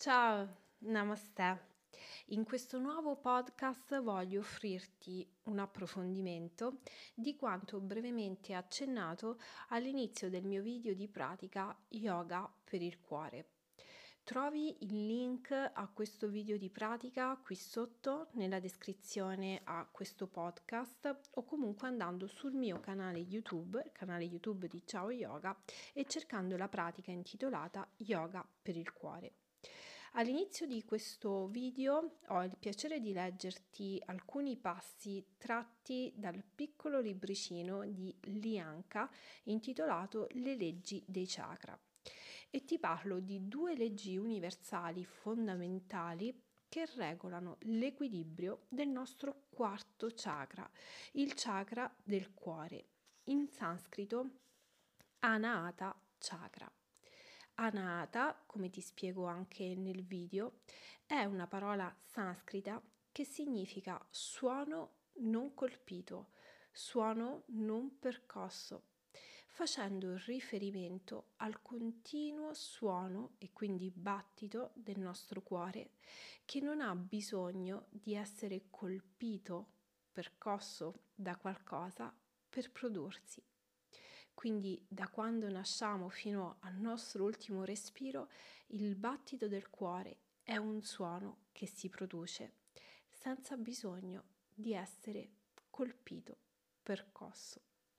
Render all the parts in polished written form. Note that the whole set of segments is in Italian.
Ciao, namaste. In questo nuovo podcast voglio offrirti un approfondimento di quanto brevemente accennato all'inizio del mio video di pratica Yoga per il cuore. Trovi il link a questo video di pratica qui sotto nella descrizione a questo podcast o comunque andando sul mio canale YouTube, il canale YouTube di Ciao Yoga, e cercando la pratica intitolata Yoga per il cuore. All'inizio di questo video ho il piacere di leggerti alcuni passi tratti dal piccolo libricino di Lianka intitolato Le leggi dei chakra e ti parlo di due leggi universali fondamentali che regolano l'equilibrio del nostro quarto chakra, il chakra del cuore, in sanscrito Anahata Chakra. Anahata, come ti spiego anche nel video, è una parola sanscrita che significa suono non colpito, suono non percosso, facendo riferimento al continuo suono e quindi battito del nostro cuore che non ha bisogno di essere colpito, percosso da qualcosa per prodursi. Quindi da quando nasciamo fino al nostro ultimo respiro, il battito del cuore è un suono che si produce senza bisogno di essere colpito, percosso.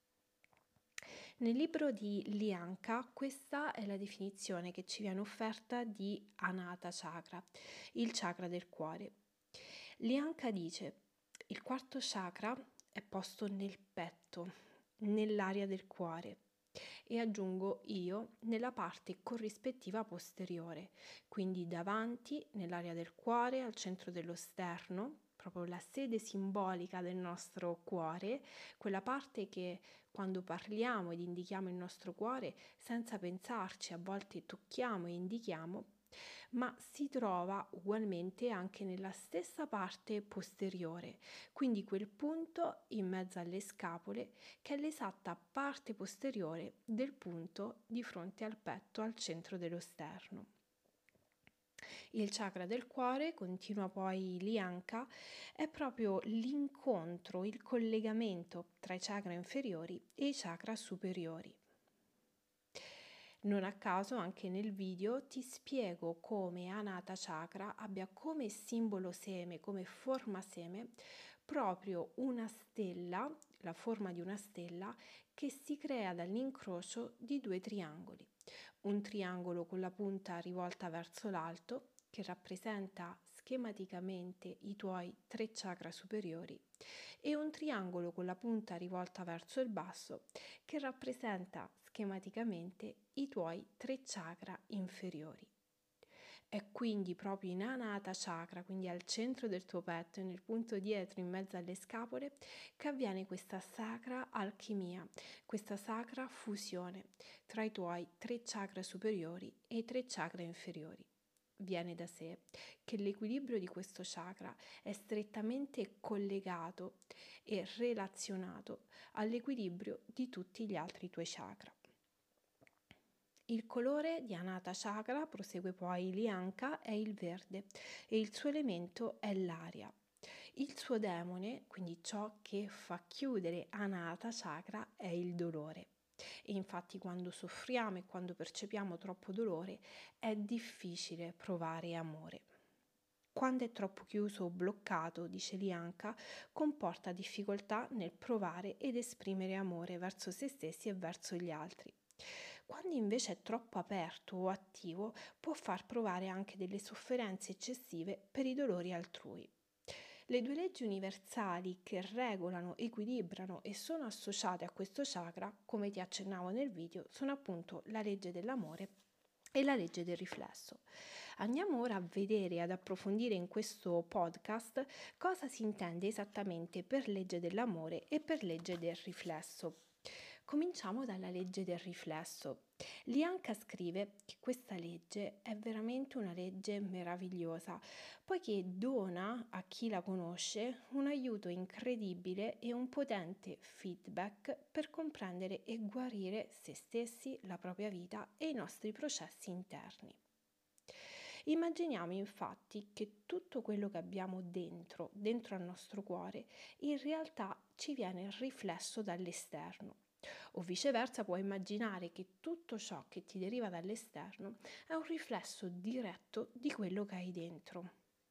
Nel libro di Lianka questa è la definizione che ci viene offerta di Anahata Chakra, il chakra del cuore. Lianka dice: il quarto chakra è posto nel petto, nell'area del cuore, e aggiungo io nella parte corrispettiva posteriore, quindi davanti nell'area del cuore, al centro dello sterno, proprio la sede simbolica del nostro cuore, quella parte che quando parliamo ed indichiamo il nostro cuore, senza pensarci, a volte tocchiamo e indichiamo, ma si trova ugualmente anche nella stessa parte posteriore, quindi quel punto in mezzo alle scapole che è l'esatta parte posteriore del punto di fronte al petto al centro dello sterno. Il chakra del cuore, continua poi Lianka, è proprio l'incontro, il collegamento tra i chakra inferiori e i chakra superiori. Non a caso anche nel video ti spiego come Anahata Chakra abbia come simbolo seme, come forma seme, proprio una stella, la forma di una stella che si crea dall'incrocio di due triangoli. Un triangolo con la punta rivolta verso l'alto, che rappresenta schematicamente i tuoi tre chakra superiori, e un triangolo con la punta rivolta verso il basso, che rappresenta schematicamente i tuoi tre chakra inferiori. È quindi proprio in Anahata Chakra, quindi al centro del tuo petto e nel punto dietro in mezzo alle scapole, che avviene questa sacra alchimia, questa sacra fusione tra i tuoi tre chakra superiori e i tre chakra inferiori. Viene da sé che l'equilibrio di questo chakra è strettamente collegato e relazionato all'equilibrio di tutti gli altri tuoi chakra. Il colore di Anahata Chakra, prosegue poi Lianka, è il verde e il suo elemento è l'aria. Il suo demone, quindi ciò che fa chiudere Anahata Chakra, è il dolore. E infatti quando soffriamo e quando percepiamo troppo dolore è difficile provare amore. Quando è troppo chiuso o bloccato, dice Lianka, comporta difficoltà nel provare ed esprimere amore verso se stessi e verso gli altri. Quando invece è troppo aperto o attivo, può far provare anche delle sofferenze eccessive per i dolori altrui. Le due leggi universali che regolano, equilibrano e sono associate a questo chakra, come ti accennavo nel video, sono appunto la legge dell'amore e la legge del riflesso. Andiamo ora a vedere e ad approfondire in questo podcast cosa si intende esattamente per legge dell'amore e per legge del riflesso. Cominciamo dalla legge del riflesso. Lianka scrive che questa legge è veramente una legge meravigliosa, poiché dona a chi la conosce un aiuto incredibile e un potente feedback per comprendere e guarire se stessi, la propria vita e i nostri processi interni. Immaginiamo infatti che tutto quello che abbiamo dentro al nostro cuore, in realtà ci viene riflesso dall'esterno. O viceversa, puoi immaginare che tutto ciò che ti deriva dall'esterno è un riflesso diretto di quello che hai dentro.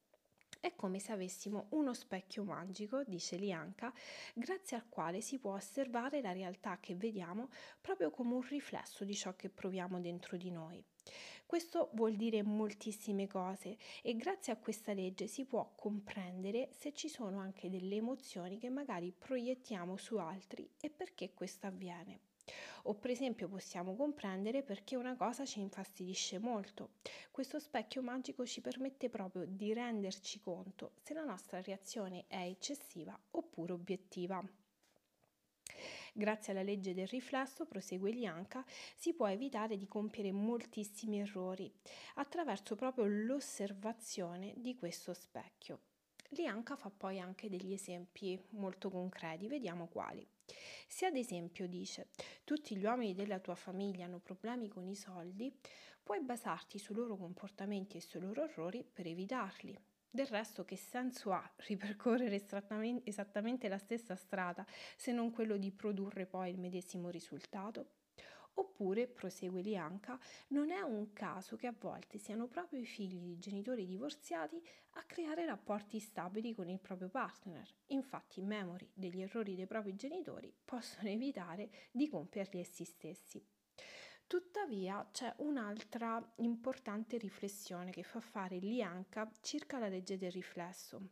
È come se avessimo uno specchio magico, dice Lianca, grazie al quale si può osservare la realtà che vediamo proprio come un riflesso di ciò che proviamo dentro di noi. Questo vuol dire moltissime cose e grazie a questa legge si può comprendere se ci sono anche delle emozioni che magari proiettiamo su altri e perché questo avviene. O per esempio possiamo comprendere perché una cosa ci infastidisce molto. Questo specchio magico ci permette proprio di renderci conto se la nostra reazione è eccessiva oppure obiettiva. Grazie alla legge del riflesso, prosegue Lianca, si può evitare di compiere moltissimi errori attraverso proprio l'osservazione di questo specchio. Lianca fa poi anche degli esempi molto concreti, vediamo quali. Se ad esempio dice tutti gli uomini della tua famiglia hanno problemi con i soldi, puoi basarti sui loro comportamenti e sui loro errori per evitarli. Del resto, che senso ha ripercorrere esattamente la stessa strada se non quello di produrre poi il medesimo risultato? Oppure, prosegue Lianca, non è un caso che a volte siano proprio i figli di genitori divorziati a creare rapporti stabili con il proprio partner. Infatti, memori degli errori dei propri genitori possono evitare di compierli essi stessi. Tuttavia c'è un'altra importante riflessione che fa fare Lianca circa la legge del riflesso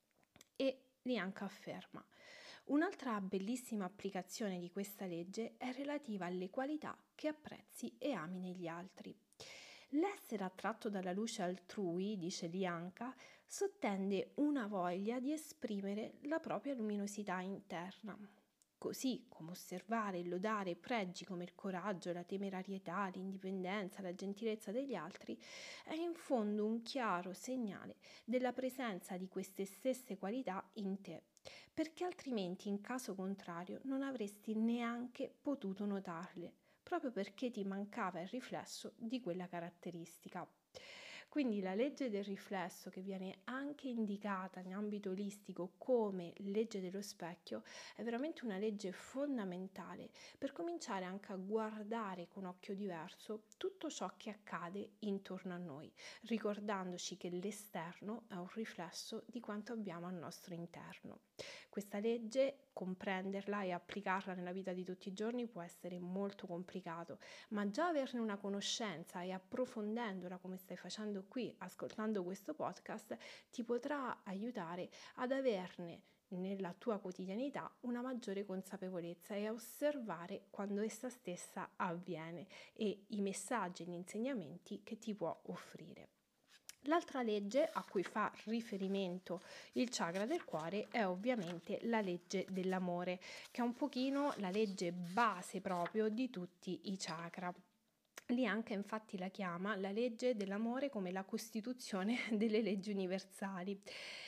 e Lianca afferma: un'altra bellissima applicazione di questa legge è relativa alle qualità che apprezzi e ami negli altri. L'essere attratto dalla luce altrui, dice Lianca, sottende una voglia di esprimere la propria luminosità interna. Così come osservare e lodare pregi come il coraggio, la temerarietà, l'indipendenza, la gentilezza degli altri è in fondo un chiaro segnale della presenza di queste stesse qualità in te, perché altrimenti in caso contrario non avresti neanche potuto notarle, proprio perché ti mancava il riflesso di quella caratteristica. Quindi la legge del riflesso, che viene anche indicata in ambito olistico come legge dello specchio, è veramente una legge fondamentale per cominciare anche a guardare con occhio diverso tutto ciò che accade intorno a noi, ricordandoci che l'esterno è un riflesso di quanto abbiamo al nostro interno. Questa legge, comprenderla e applicarla nella vita di tutti i giorni può essere molto complicato, ma già averne una conoscenza e approfondendola come stai facendo qui, ascoltando questo podcast, ti potrà aiutare ad averne nella tua quotidianità una maggiore consapevolezza e a osservare quando essa stessa avviene e i messaggi e gli insegnamenti che ti può offrire. L'altra legge a cui fa riferimento il chakra del cuore è ovviamente la legge dell'amore, che è un pochino la legge base proprio di tutti i chakra. Lianca infatti la chiama la legge dell'amore come la costituzione delle leggi universali.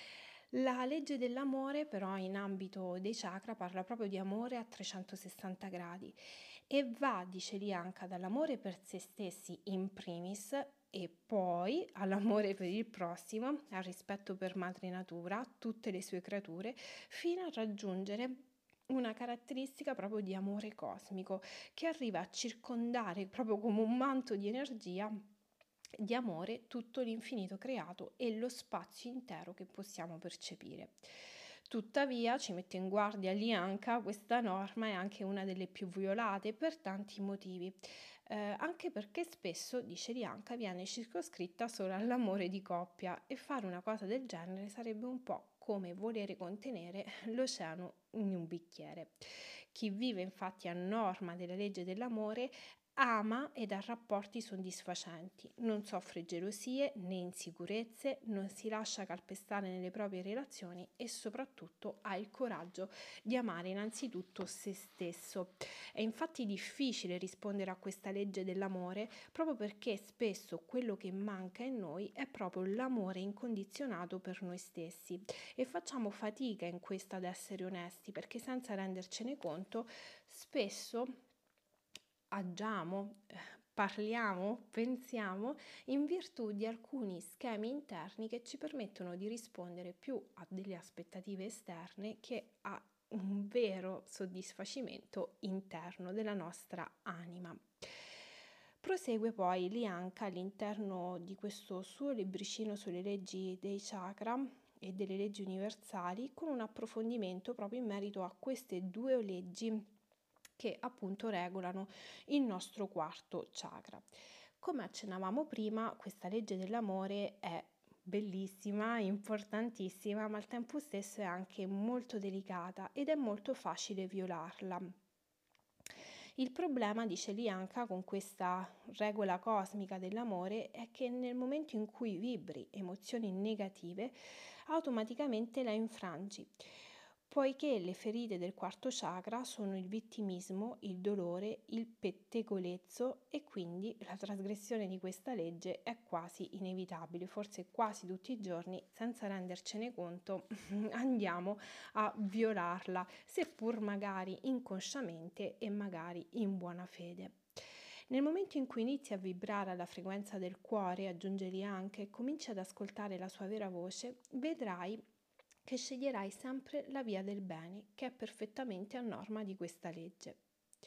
La legge dell'amore però in ambito dei chakra parla proprio di amore a 360 gradi e va, dice Lianca, dall'amore per se stessi in primis e poi all'amore per il prossimo, al rispetto per madre natura, tutte le sue creature, fino a raggiungere una caratteristica proprio di amore cosmico che arriva a circondare proprio come un manto di energia di amore tutto l'infinito creato e lo spazio intero che possiamo percepire. Tuttavia, ci mette in guardia Lianca, questa norma è anche una delle più violate per tanti motivi, anche perché spesso, dice Lianca, viene circoscritta solo all'amore di coppia e fare una cosa del genere sarebbe un po' come volere contenere l'oceano in un bicchiere. Chi vive infatti a norma della legge dell'amore ama ed ha rapporti soddisfacenti, non soffre gelosie né insicurezze, non si lascia calpestare nelle proprie relazioni e soprattutto ha il coraggio di amare innanzitutto se stesso. È infatti difficile rispondere a questa legge dell'amore proprio perché spesso quello che manca in noi è proprio l'amore incondizionato per noi stessi e facciamo fatica in questo ad essere onesti perché senza rendercene conto spesso agiamo parliamo, pensiamo in virtù di alcuni schemi interni che ci permettono di rispondere più a delle aspettative esterne che a un vero soddisfacimento interno della nostra anima. Prosegue poi Lianka all'interno di questo suo libricino sulle leggi dei chakra e delle leggi universali con un approfondimento proprio in merito a queste due leggi che appunto regolano il nostro quarto chakra. Come accennavamo prima, questa legge dell'amore è bellissima, importantissima, ma al tempo stesso è anche molto delicata ed è molto facile violarla. Il problema, dice Lianka, con questa regola cosmica dell'amore è che nel momento in cui vibri emozioni negative, automaticamente la infrangi, poiché le ferite del quarto chakra sono il vittimismo, il dolore, il pettegolezzo e quindi la trasgressione di questa legge è quasi inevitabile, forse quasi tutti i giorni, senza rendercene conto, andiamo a violarla, seppur magari inconsciamente e magari in buona fede. Nel momento in cui inizi a vibrare alla frequenza del cuore, aggiunge Lianka, e cominci ad ascoltare la sua vera voce, vedrai che sceglierai sempre la via del bene, che è perfettamente a norma di questa legge.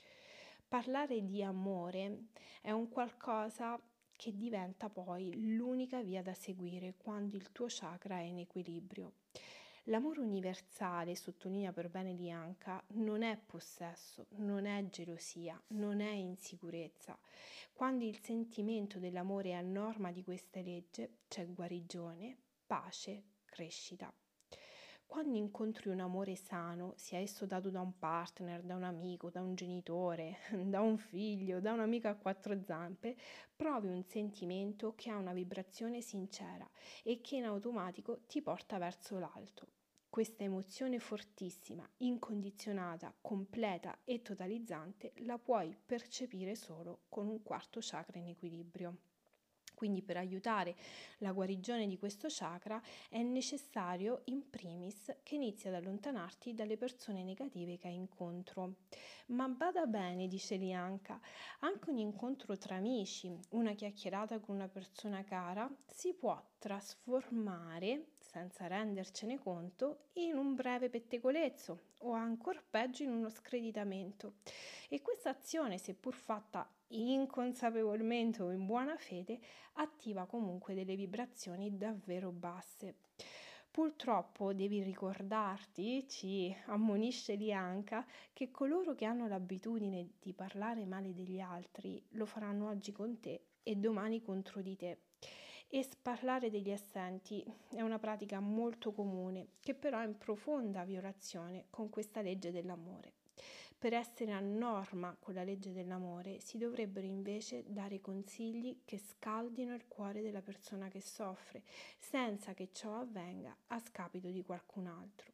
Parlare di amore è un qualcosa che diventa poi l'unica via da seguire quando il tuo chakra è in equilibrio. L'amore universale, sottolinea per bene Lianka, non è possesso, non è gelosia, non è insicurezza. Quando il sentimento dell'amore è a norma di questa legge, c'è guarigione, pace, crescita. Quando incontri un amore sano, sia esso dato da un partner, da un amico, da un genitore, da un figlio, da un amico a quattro zampe, provi un sentimento che ha una vibrazione sincera e che in automatico ti porta verso l'alto. Questa emozione fortissima, incondizionata, completa e totalizzante la puoi percepire solo con un quarto chakra in equilibrio. Quindi per aiutare la guarigione di questo chakra è necessario in primis che inizi ad allontanarti dalle persone negative che hai incontro. Ma bada bene, dice Lianka, anche un incontro tra amici, una chiacchierata con una persona cara, si può trasformare, senza rendercene conto, in un breve pettegolezzo o ancor peggio in uno screditamento. E questa azione, seppur fatta inconsapevolmente o in buona fede, attiva comunque delle vibrazioni davvero basse. Purtroppo devi ricordarti, ci ammonisce Lianka, che coloro che hanno l'abitudine di parlare male degli altri lo faranno oggi con te e domani contro di te. E sparlare degli assenti è una pratica molto comune, che però è in profonda violazione con questa legge dell'amore. Per essere a norma con la legge dell'amore si dovrebbero invece dare consigli che scaldino il cuore della persona che soffre, senza che ciò avvenga a scapito di qualcun altro.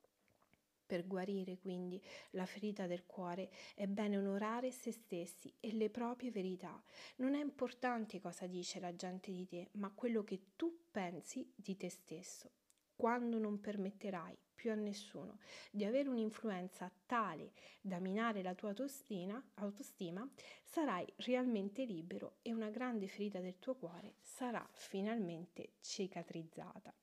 Per guarire quindi la ferita del cuore è bene onorare se stessi e le proprie verità. Non è importante cosa dice la gente di te, ma quello che tu pensi di te stesso. Quando non permetterai più a nessuno di avere un'influenza tale da minare la tua autostima, sarai realmente libero e una grande ferita del tuo cuore sarà finalmente cicatrizzata.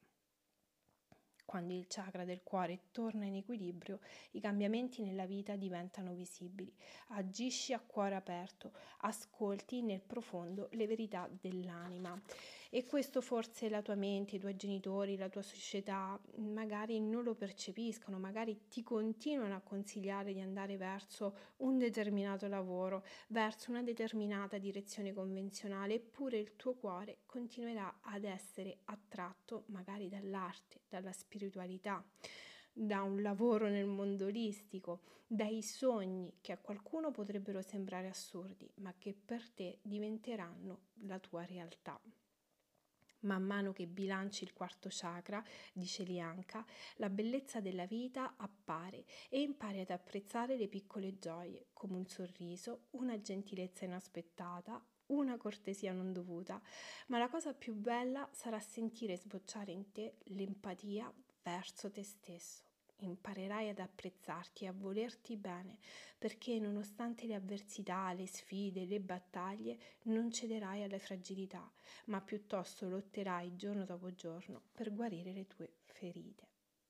Quando il chakra del cuore torna in equilibrio, i cambiamenti nella vita diventano visibili. Agisci a cuore aperto, ascolti nel profondo le verità dell'anima. E questo forse la tua mente, i tuoi genitori, la tua società magari non lo percepiscono, magari ti continuano a consigliare di andare verso un determinato lavoro, verso una determinata direzione convenzionale, eppure il tuo cuore continuerà ad essere attratto magari dall'arte, dalla spiritualità, da un lavoro nel mondo olistico, dai sogni che a qualcuno potrebbero sembrare assurdi, ma che per te diventeranno la tua realtà. Man mano che bilanci il quarto chakra, dice Lianka, la bellezza della vita appare e impari ad apprezzare le piccole gioie, come un sorriso, una gentilezza inaspettata, una cortesia non dovuta, ma la cosa più bella sarà sentire sbocciare in te l'empatia verso te stesso. imparerai ad apprezzarti e a volerti bene, perché nonostante le avversità, le sfide, le battaglie, non cederai alle fragilità, ma piuttosto lotterai giorno dopo giorno per guarire le tue ferite.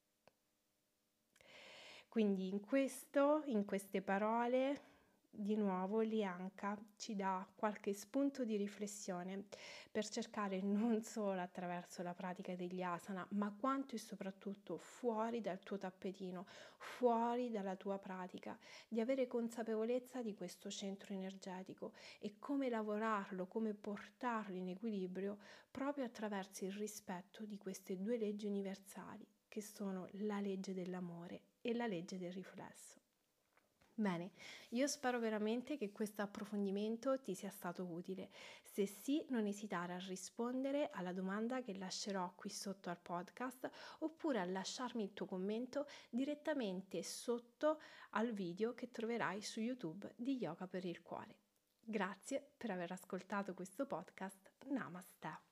Quindi in queste parole, di nuovo Lianka ci dà qualche spunto di riflessione per cercare non solo attraverso la pratica degli asana, ma quanto e soprattutto fuori dal tuo tappetino, fuori dalla tua pratica, di avere consapevolezza di questo centro energetico e come lavorarlo, come portarlo in equilibrio proprio attraverso il rispetto di queste due leggi universali, che sono la legge dell'amore e la legge del riflesso. Bene, io spero veramente che questo approfondimento ti sia stato utile. Se sì, non esitare a rispondere alla domanda che lascerò qui sotto al podcast oppure a lasciarmi il tuo commento direttamente sotto al video che troverai su YouTube di Yoga per il Cuore. Grazie per aver ascoltato questo podcast. Namaste.